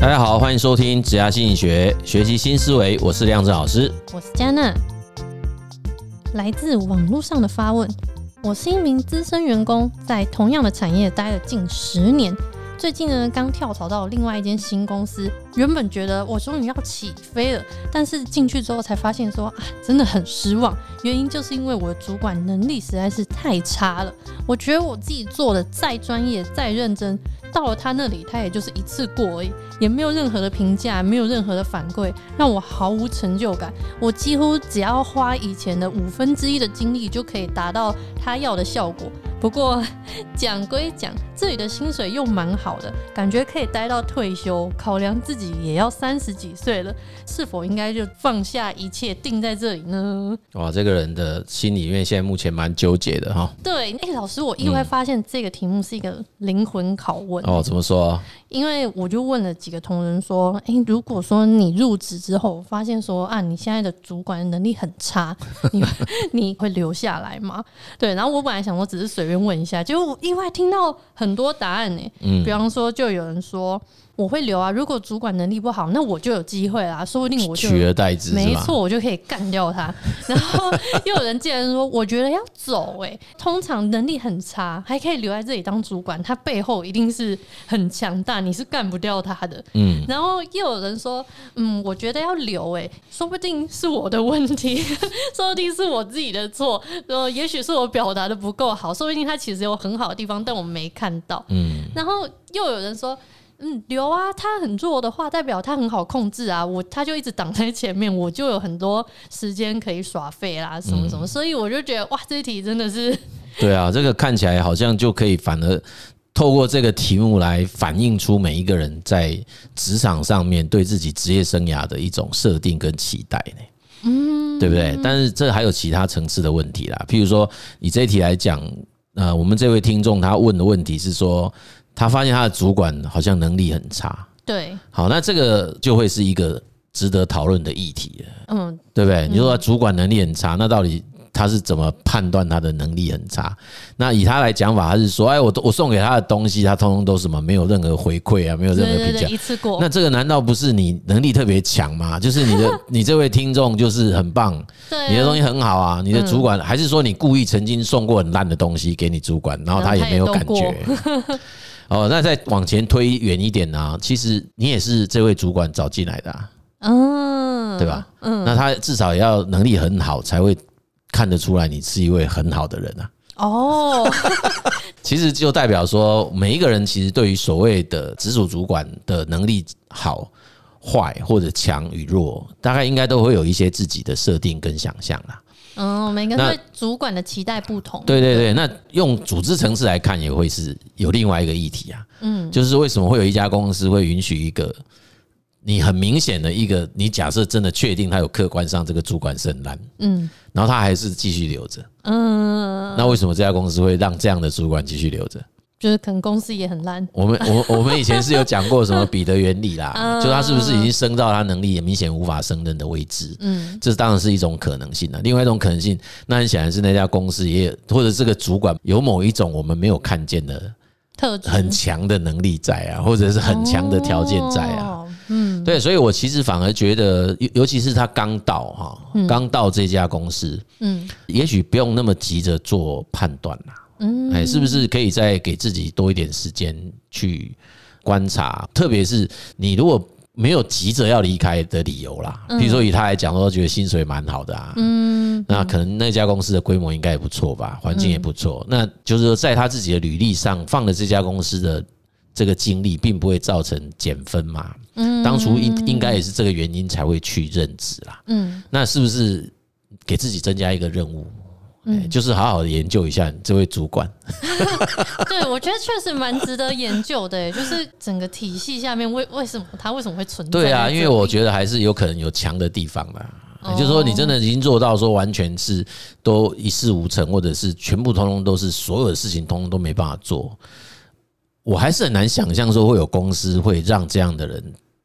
大家好，欢迎收听职涯心理学，学习新思维。我是亮正老师， 我是嘉娜。来自网络上的发问：我是一名资深员工，在同样的产业待了近10年。最近呢，刚跳槽到另外一间新公司，原本觉得我终于要起飞了，但是进去之后才发现说，真的很失望。原因就是因为我的主管能力实在是太差了。我觉得我自己做的再专业、再认真，到了他那里，他也就是一次过而已，也没有任何的评价，没有任何的反馈，让我毫无成就感。我几乎只要花以前的1/5的精力，就可以达到他要的效果。不过讲归讲，这里的薪水又蛮好的，感觉可以待到退休。考量自己也要30几岁了，是否应该就放下一切定在这里呢？ 哇，这个人的心里面现在目前蛮纠结的哈。 对，老师，我意外发现这个题目是一个灵魂拷问。 怎么说？ 因为我就问了几个同仁说，如果说你入职之后发现说你现在的主管能力很差，你会留下来吗？对，然后我本来想说只是随便问一下，结果我意外听到很多答案呢。比方说，就有人说我会留啊，如果主管能力不好，那我就有机会啦，说不定我就取而代之， 没错，我就可以干掉他。然后又有人竟然说，我觉得要走通常能力很差还可以留在这里当主管，他背后一定是很强大，你是干不掉他的。然后又有人说，我觉得要留说不定是我的问题，说不定是我自己的错，也许是我表达的不够好，说不定他其实有很好的地方，但我没看到。然后又有人说，留啊，他很弱的话，代表他很好控制啊，他就一直挡在前面，我就有很多时间可以耍废啦，什么什么，所以我就觉得哇，这一题真的是对啊，这个看起来好像就可以反而透过这个题目来反映出每一个人在职场上面对自己职业生涯的一种设定跟期待呢，对不对？但是这还有其他层次的问题啦，譬如说以这一题来讲，我们这位听众他问的问题是说，他发现他的主管好像能力很差， 对， 好，那这个就会是一个值得讨论的议题了，对不对？你说主管能力很差，那到底他是怎么判断他的能力很差？那以他来讲法，他是说，我送给他的东西，他通通都什么没有任何回馈啊，没有任何评价， 一次过。 那这个难道不是你能力特别强吗？就是你这位听众就是很棒，你的东西很好啊，你的主管还是说你故意曾经送过很烂的东西给你主管，然后他也没有感觉？那再往前推远一点啊，其实你也是这位主管找进来的对吧？那他至少也要能力很好，才会看得出来你是一位很好的人啊。其实就代表说，每一个人其实对于所谓的直属主管的能力好坏或者强与弱，大概应该都会有一些自己的设定跟想象啦。 每个人对主管的期待不同。 对，那用组织层次来看，也会是有另外一个议题啊。就是为什么会有一家公司会允许一个你很明显的一个，你假设真的确定他有客观上这个主管是很烂，然后他还是继续留着，那为什么这家公司会让这样的主管继续留着？ 就是可能公司也很烂。 我们以前是有讲过什么彼得原理啦，就他是不是已经升到他能力也明显无法胜任的位置？这当然是一种可能性啦。另外一种可能性，那很显然是那家公司也或者这个主管有某一种我们没有看见的特质，很强的能力在啊，或者是很强的条件在啊。对，所以我其实反而觉得，尤其是他刚到这家公司，也许不用那么急着做判断啦。是不是可以再给自己多一点时间去观察？特别是你如果没有急着要离开的理由啦，比如说以他来讲，说觉得薪水蛮好的啊，那可能那家公司的规模应该也不错吧，环境也不错，那就是说在他自己的履历上放了这家公司的这个经历，并不会造成减分嘛。当初应该也是这个原因才会去任职啦。那是不是给自己增加一个任务？就是好好的研究一下你这位主管。 对，我觉得确实蛮值得研究的，就是整个体系下面为什么会存在？ 对啊，因为我觉得还是有可能有强的地方啦。就是说，你真的已经做到说完全是都一事无成，或者是全部通通都是所有的事情通通都没办法做，我还是很难想象说会有公司会让这样的人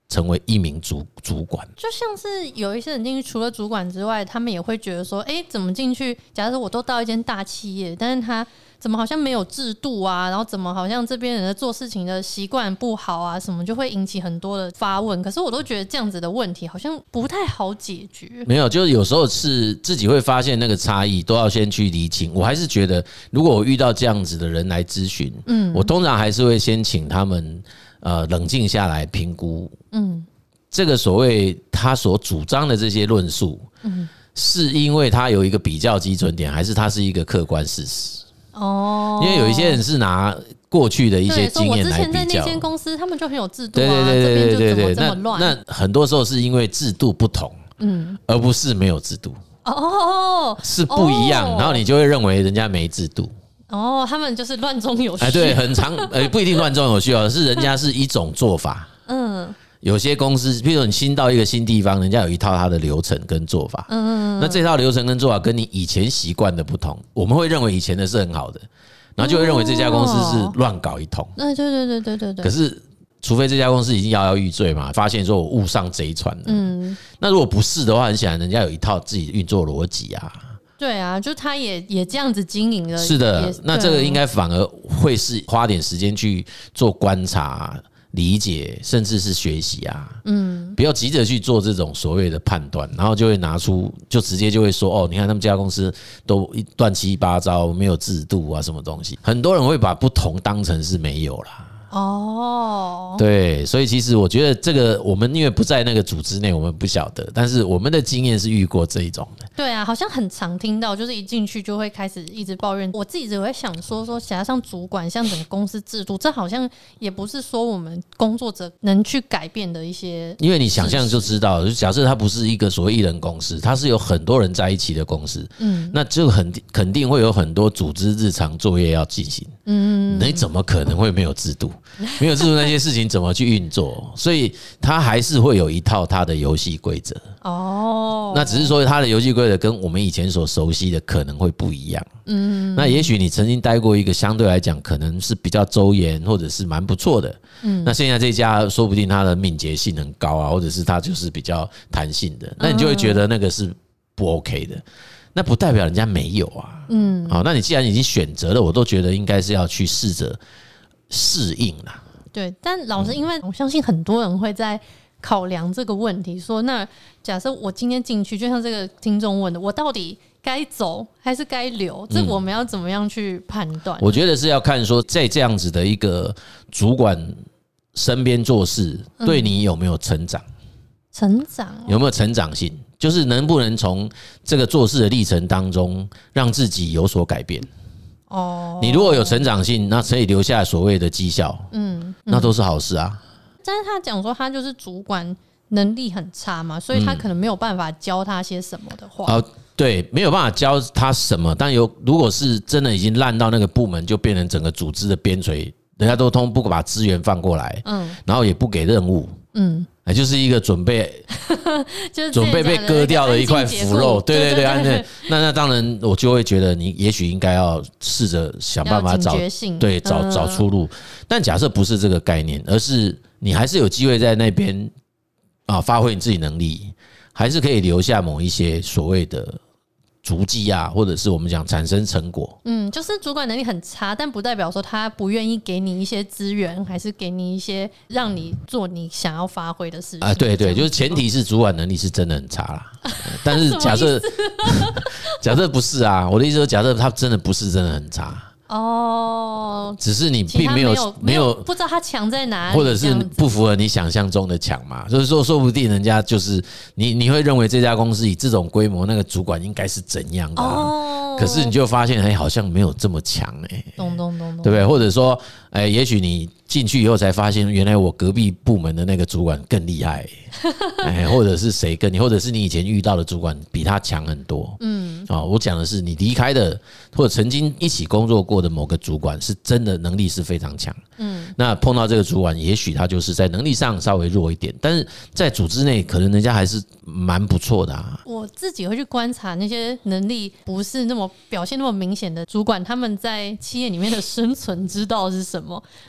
成为一名主管。 就像是有一些人进去，除了主管之外，他们也会觉得说，怎么进去？假设我都到一间大企业，但是他怎么好像没有制度啊？然后怎么好像这边人的做事情的习惯不好啊？什么就会引起很多的发问。可是我都觉得这样子的问题好像不太好解决。 没有，就是有时候是自己会发现那个差异，都要先去厘清。我还是觉得，如果我遇到这样子的人来咨询，我通常还是会先请他们冷静下来评估，这个所谓他所主张的这些论述，是因为他有一个比较基准点，还是他是一个客观事实？因为有一些人是拿过去的一些经验来比较。我之前在那间公司，他们就很有制度啊，这边就怎么这么乱？ 那很多时候是因为制度不同，而不是没有制度。是不一样，然后你就会认为人家没制度。 他们就是乱中有序。 对，很长，不一定乱中有序哦，是人家是一种做法。有些公司，譬如你新到一个新地方，人家有一套他的流程跟做法。那这套流程跟做法跟你以前习惯的不同，我们会认为以前的是很好的，然后就会认为这家公司是乱搞一通。 对。 可是，除非这家公司已经摇摇欲坠嘛，发现说我误上贼船了。那如果不是的话，很显然人家有一套自己的运作逻辑啊。 对啊，就他也这样子经营了。 是的，那这个应该反而会是花点时间去做观察。理解甚至是学习啊，不要急着去做这种所谓的判断，然后就会拿出就直接就会说你看他们这家公司都乱七八糟，没有制度啊，什么东西，很多人会把不同当成是没有啦。对，所以其实我觉得这个我们因为不在那个组织内，我们不晓得，但是我们的经验是遇过这一种的。 对啊，好像很常听到，就是一进去就会开始一直抱怨。我自己只会想说，加上主管，像整个公司制度，这好像也不是说我们工作者能去改变的一些。 因为你想象就知道，就假设它不是一个所谓一人公司，它是有很多人在一起的公司，那就肯定会有很多组织日常作业要进行。你怎么可能会没有制度？没有制度，那些事情怎么去运作？所以它还是会有一套它的游戏规则。那只是说它的游戏规则跟我们以前所熟悉的可能会不一样。那也许你曾经待过一个相对来讲可能是比较周延或者是蛮不错的。那现在这家说不定它的敏捷性很高啊，或者是它就是比较弹性的，那你就会觉得那个是不 OK 的。那不代表人家没有啊。好，那你既然已经选择了，我都觉得应该是要去试着适应啦。 对，但老师，因为我相信很多人会在考量这个问题，说那假设我今天进去，就像这个听众问的，我到底该走还是该留？这我们要怎么样去判断？ 我觉得是要看说，在这样子的一个主管身边做事，对你有没有成长？有没有成长性？就是能不能从这个做事的历程当中，让自己有所改变。你如果有成长性，那可以留下所谓的绩效，那都是好事啊。 但是他讲说他就是主管能力很差嘛，所以他可能没有办法教他些什么的话。 对，没有办法教他什么，但如果是真的已经烂到那个部门，就变成整个组织的边陲，人家都不把资源放过来，然后也不给任务，就是一个准备被割掉的一块腐肉。对，那当然我就会觉得你也许应该要试着想办法找出路。但假设不是这个概念，而是你还是有机会在那边发挥你自己能力，还是可以留下某一些所谓的足迹啊，或者是我们讲产生成果。 就是主管能力很差，但不代表说他不愿意给你一些资源，还是给你一些让你做你想要发挥的事情。对， 就是前提是主管能力是真的很差啦。但是假设不是啊，我的意思说，假设他真的不是真的很差。只是你并没有不知道他强在哪里， 或者是不符合你想象中的强嘛。所以说不定人家就是你会认为这家公司以这种规模，那个主管应该是怎样的可是你就发现好像没有这么强懂， 对不对？或者说也许你进去以后才发现，原来我隔壁部门的那个主管更厉害，或者是谁跟你，或者是你以前遇到的主管比他强很多。我讲的是你离开的或者曾经一起工作过的某个主管，是真的能力是非常强。那碰到这个主管，也许他就是在能力上稍微弱一点，但是在组织内可能人家还是蛮不错的啊。 我自己会去观察那些能力不是那么表现那么明显的主管，他们在企业里面的生存之道是什么？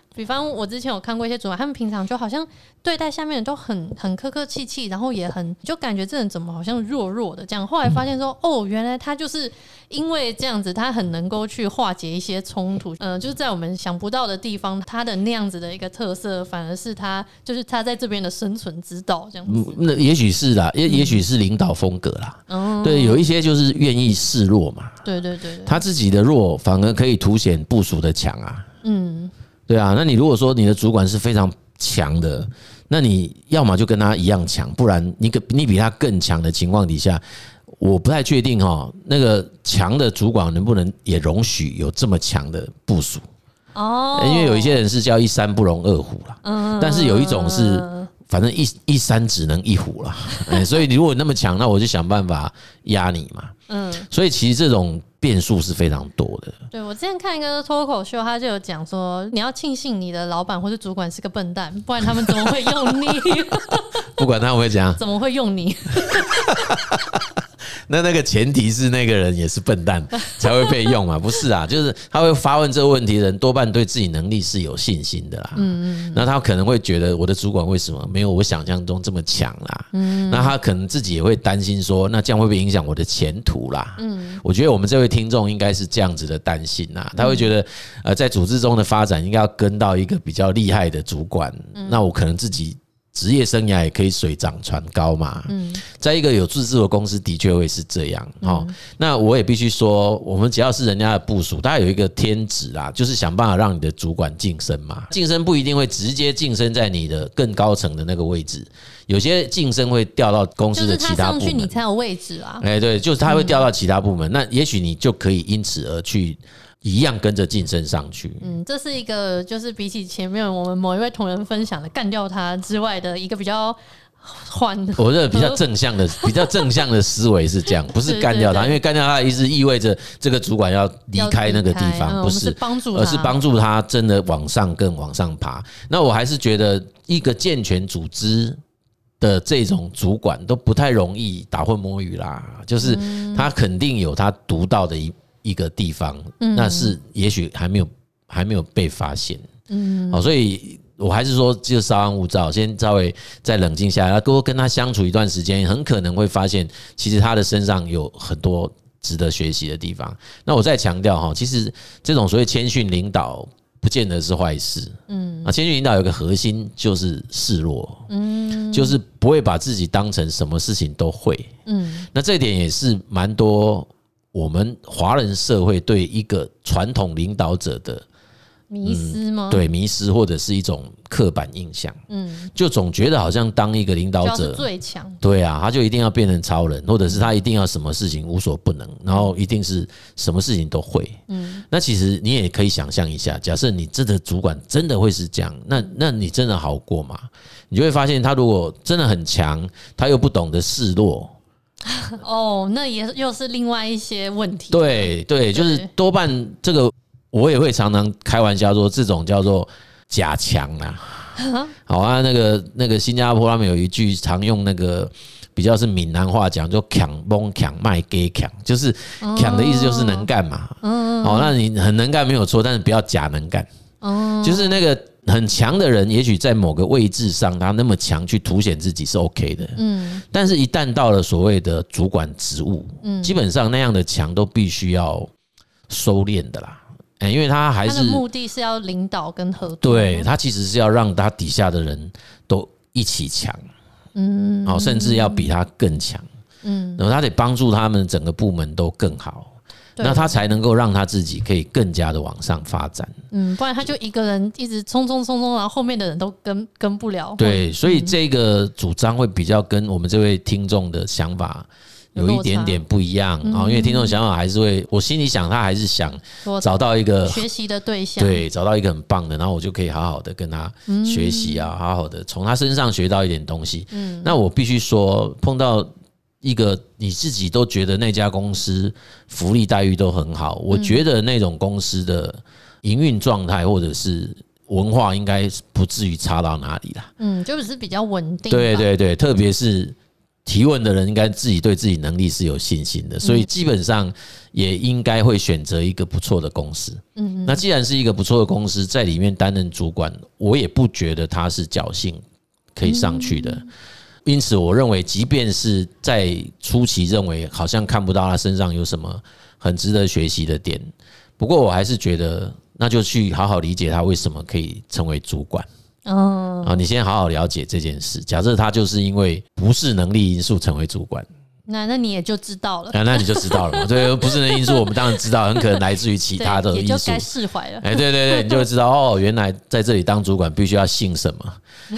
比方我之前有看过一些主管，他们平常就好像对待下面人都很客客气气，然后也很就感觉这人怎么好像弱弱的这样。后来发现说，原来他就是因为这样子，他很能够去化解一些冲突。就是在我们想不到的地方，他的那样子的一个特色，反而是他就是他在这边的生存之道这样子。 那也许是啦，也许是领导风格啦。对，有一些就是愿意示弱嘛。对，他自己的弱反而可以凸显部属的强啊。对啊，那你如果说你的主管是非常强的，那你要么就跟他一样强，不然你比他更强的情况底下，我不太确定那个强的主管能不能也容许有这么强的部属。因为有一些人是叫一山不容二虎啦，但是有一种是反正一山只能一虎啦。所以你如果那么强，那我就想办法压你嘛。所以其实这种变数是非常多的。对， 我之前看一个脱口秀，他就有讲说，你要庆幸你的老板或是主管是个笨蛋，不然他们怎么会用你？ 不管他们会怎样， 怎么会用你？ 那个前提是那个人也是笨蛋才会被用嘛，不是啊？就是他会发问这个问题的人，多半对自己能力是有信心的啦。那他可能会觉得我的主管为什么没有我想象中这么强啦？那他可能自己也会担心说，那这样会不会影响我的前途啦？我觉得我们这位听众应该是这样子的担心啦，他会觉得在组织中的发展应该要跟到一个比较厉害的主管，那我可能自己职业生涯也可以水涨船高嘛。在一个有自治的公司的确会是这样。那我也必须说，我们只要是人家的部属，大家有一个天职啦，就是想办法让你的主管晋升嘛。晋升不一定会直接晋升在你的更高层的那个位置，有些晋升会调到公司的其他部门， 就是他上去你才有位置啊。 对，就是他会调到其他部门，那也许你就可以因此而去一样跟着晋升上去。 这是一个就是比起前面我们某一位同仁分享的干掉他之外的一个比较缓的， 我认为比较正向的思维是这样，不是干掉他，因为干掉他的意思意味着这个主管要离开那个地方，不是帮助他，而是帮助他真的往上更往上爬。那我还是觉得一个健全组织的这种主管都不太容易打混摸鱼啦，就是他肯定有他独到的一个地方，那是也许还没有被发现。所以我还是说，就稍安勿躁，先稍微再冷静下来，多跟他相处一段时间，很可能会发现，其实他的身上有很多值得学习的地方。那我再强调其实这种所谓谦逊领导，不见得是坏事。谦逊领导有个核心就是示弱，就是不会把自己当成什么事情都会。那这一点也是蛮多我们华人社会对一个传统领导者的迷思吗？ 对，迷思或者是一种刻板印象。就总觉得好像当一个领导者最强， 对啊，他就一定要变成超人，或者是他一定要什么事情无所不能，然后一定是什么事情都会。那其实你也可以想象一下，假设你这个主管真的会是这样，那你真的好过吗？你就会发现，他如果真的很强，他又不懂得示弱。 那也又是另外一些问题。 对，就是多半这个。我也会常常开玩笑说，这种叫做假强啦。好啊，那个新加坡他们有一句常用那个比较是闽南话讲，就强崩强卖给强，就是强的意思就是能干嘛。那你很能干没有错，但是不要假能干。就是那个很强的人，也许在某个位置上他那么强去凸显自己是 OK 的。但是一旦到了所谓的主管职务，基本上那样的强都必须要收敛的啦。因为他还是他的目的是要领导跟合作， 对，他其实是要让他底下的人都一起强，甚至要比他更强，然后他得帮助他们整个部门都更好，那他才能够让他自己可以更加的往上发展。 不然他就一个人一直冲，然后后面的人都跟不了。 对，所以这个主张会比较跟我们这位听众的想法有一点点不一样。因为听众想法还是会，我心里想他还是想找到一个学习的对象， 对，找到一个很棒的，然后我就可以好好的跟他学习啊，好好的从他身上学到一点东西。那我必须说，碰到一个你自己都觉得那家公司福利待遇都很好，我觉得那种公司的营运状态或者是文化应该不至于差到哪里啦。 就是比较稳定。 对，特别是提问的人应该自己对自己能力是有信心的，所以基本上也应该会选择一个不错的公司。那既然是一个不错的公司，在里面担任主管，我也不觉得他是侥幸可以上去的。因此我认为即便是在初期认为好像看不到他身上有什么很值得学习的点，不过我还是觉得那就去好好理解他为什么可以成为主管。你先好好了解这件事。假设他就是因为不是能力因素成为主管， 那你也就知道了。 那你就知道了嘛。对，不是能力因素，我们当然知道，很可能来自于其他的因素， 也就该释怀了。 对，你就会知道原来在这里当主管必须要姓什么，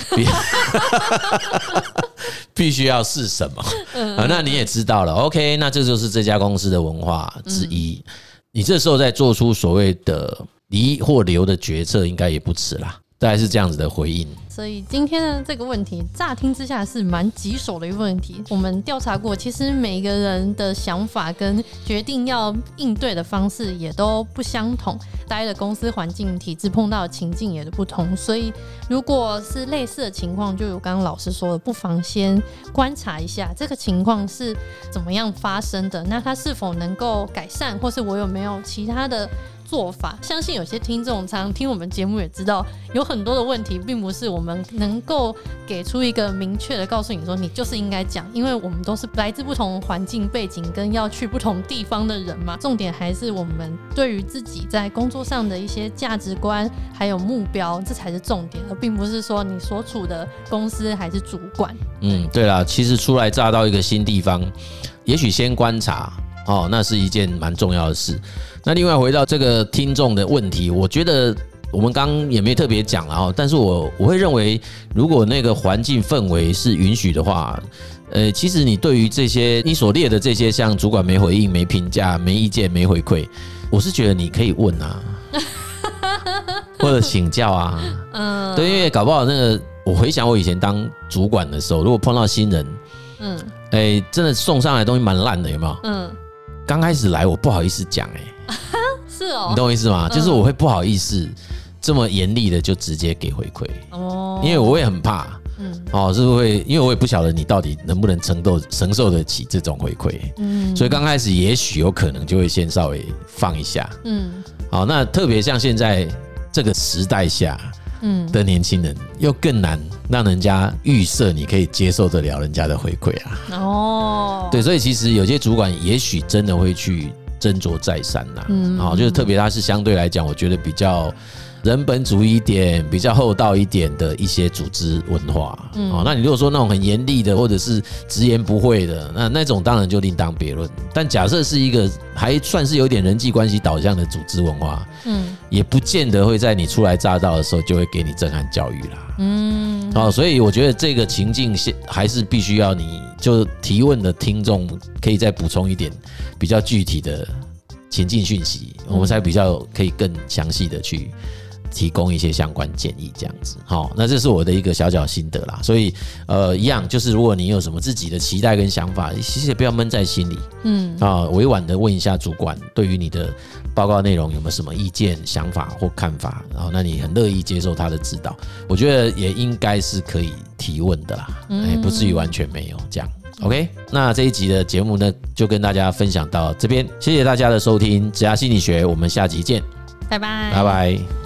必须要是什么。那你也知道了。OK， 那这就是这家公司的文化之一。你这时候在做出所谓的离或留的决策，应该也不迟啦。大概是这样子的回应。 所以今天的这个问题乍听之下是蛮棘手的一个问题。我们调查过，其实每一个人的想法跟决定要应对的方式也都不相同，待的公司环境体制碰到的情境也都不同，所以如果是类似的情况，就如刚刚老师说的，不妨先观察一下这个情况是怎么样发生的，那它是否能够改善，或是我有没有其他的做法。相信有些听众常听我们节目也知道，有很多的问题并不是我们能够给出一个明确的告诉你说你就是应该讲，因为我们都是来自不同环境背景跟要去不同地方的人嘛。重点还是我们对于自己在工作上的一些价值观还有目标，这才是重点，而并不是说你所处的公司还是主管。 对啦，其实初来乍到一个新地方，也许先观察那是一件蛮重要的事。那另外回到这个听众的问题，我觉得我们刚刚也没特别讲了，但是我会认为，如果那个环境氛围是允许的话，其实你对于这些你所列的这些，像主管没回应、没评价、没意见、没回馈，我是觉得你可以问啊，或者请教啊。对，因为搞不好那个，我回想我以前当主管的时候，如果碰到新人，真的送上来的东西蛮烂的，有没有？刚开始来我不好意思讲， 是哦， 你懂我意思吗？就是我会不好意思这么严厉的就直接给回馈，因为我也很怕，是不是？因为我也不晓得你到底能不能承受得起这种回馈，所以刚开始也许有可能就会先稍微放一下，那特别像现在这个时代下的年轻人，又更难让人家预设你可以接受得了人家的回馈啊。对，所以其实有些主管也许真的会去斟酌再三啦。就是特别他是相对来讲，我觉得比较人本主义一点、比较厚道一点的一些组织文化。那你如果说那种很严厉的，或者是直言不讳的，那种当然就另当别论。但假设是一个还算是有点人际关系导向的组织文化，也不见得会在你初来乍到的时候就会给你震撼教育啦。所以我觉得这个情境还是必须要你就提问的听众可以再补充一点比较具体的情境讯息，我们才比较可以更详细的去提供一些相关建议，这样子。那这是我的一个小小心得啦。所以一样就是如果你有什么自己的期待跟想法，其实也不要闷在心里，委婉的问一下主管对于你的报告内容有没有什么意见、想法或看法，然后那你很乐意接受他的指导，我觉得也应该是可以提问的啦，不至于完全没有这样。OK， 那这一集的节目呢，就跟大家分享到这边，谢谢大家的收听，职涯心理学，我们下集见， 拜拜， 拜拜。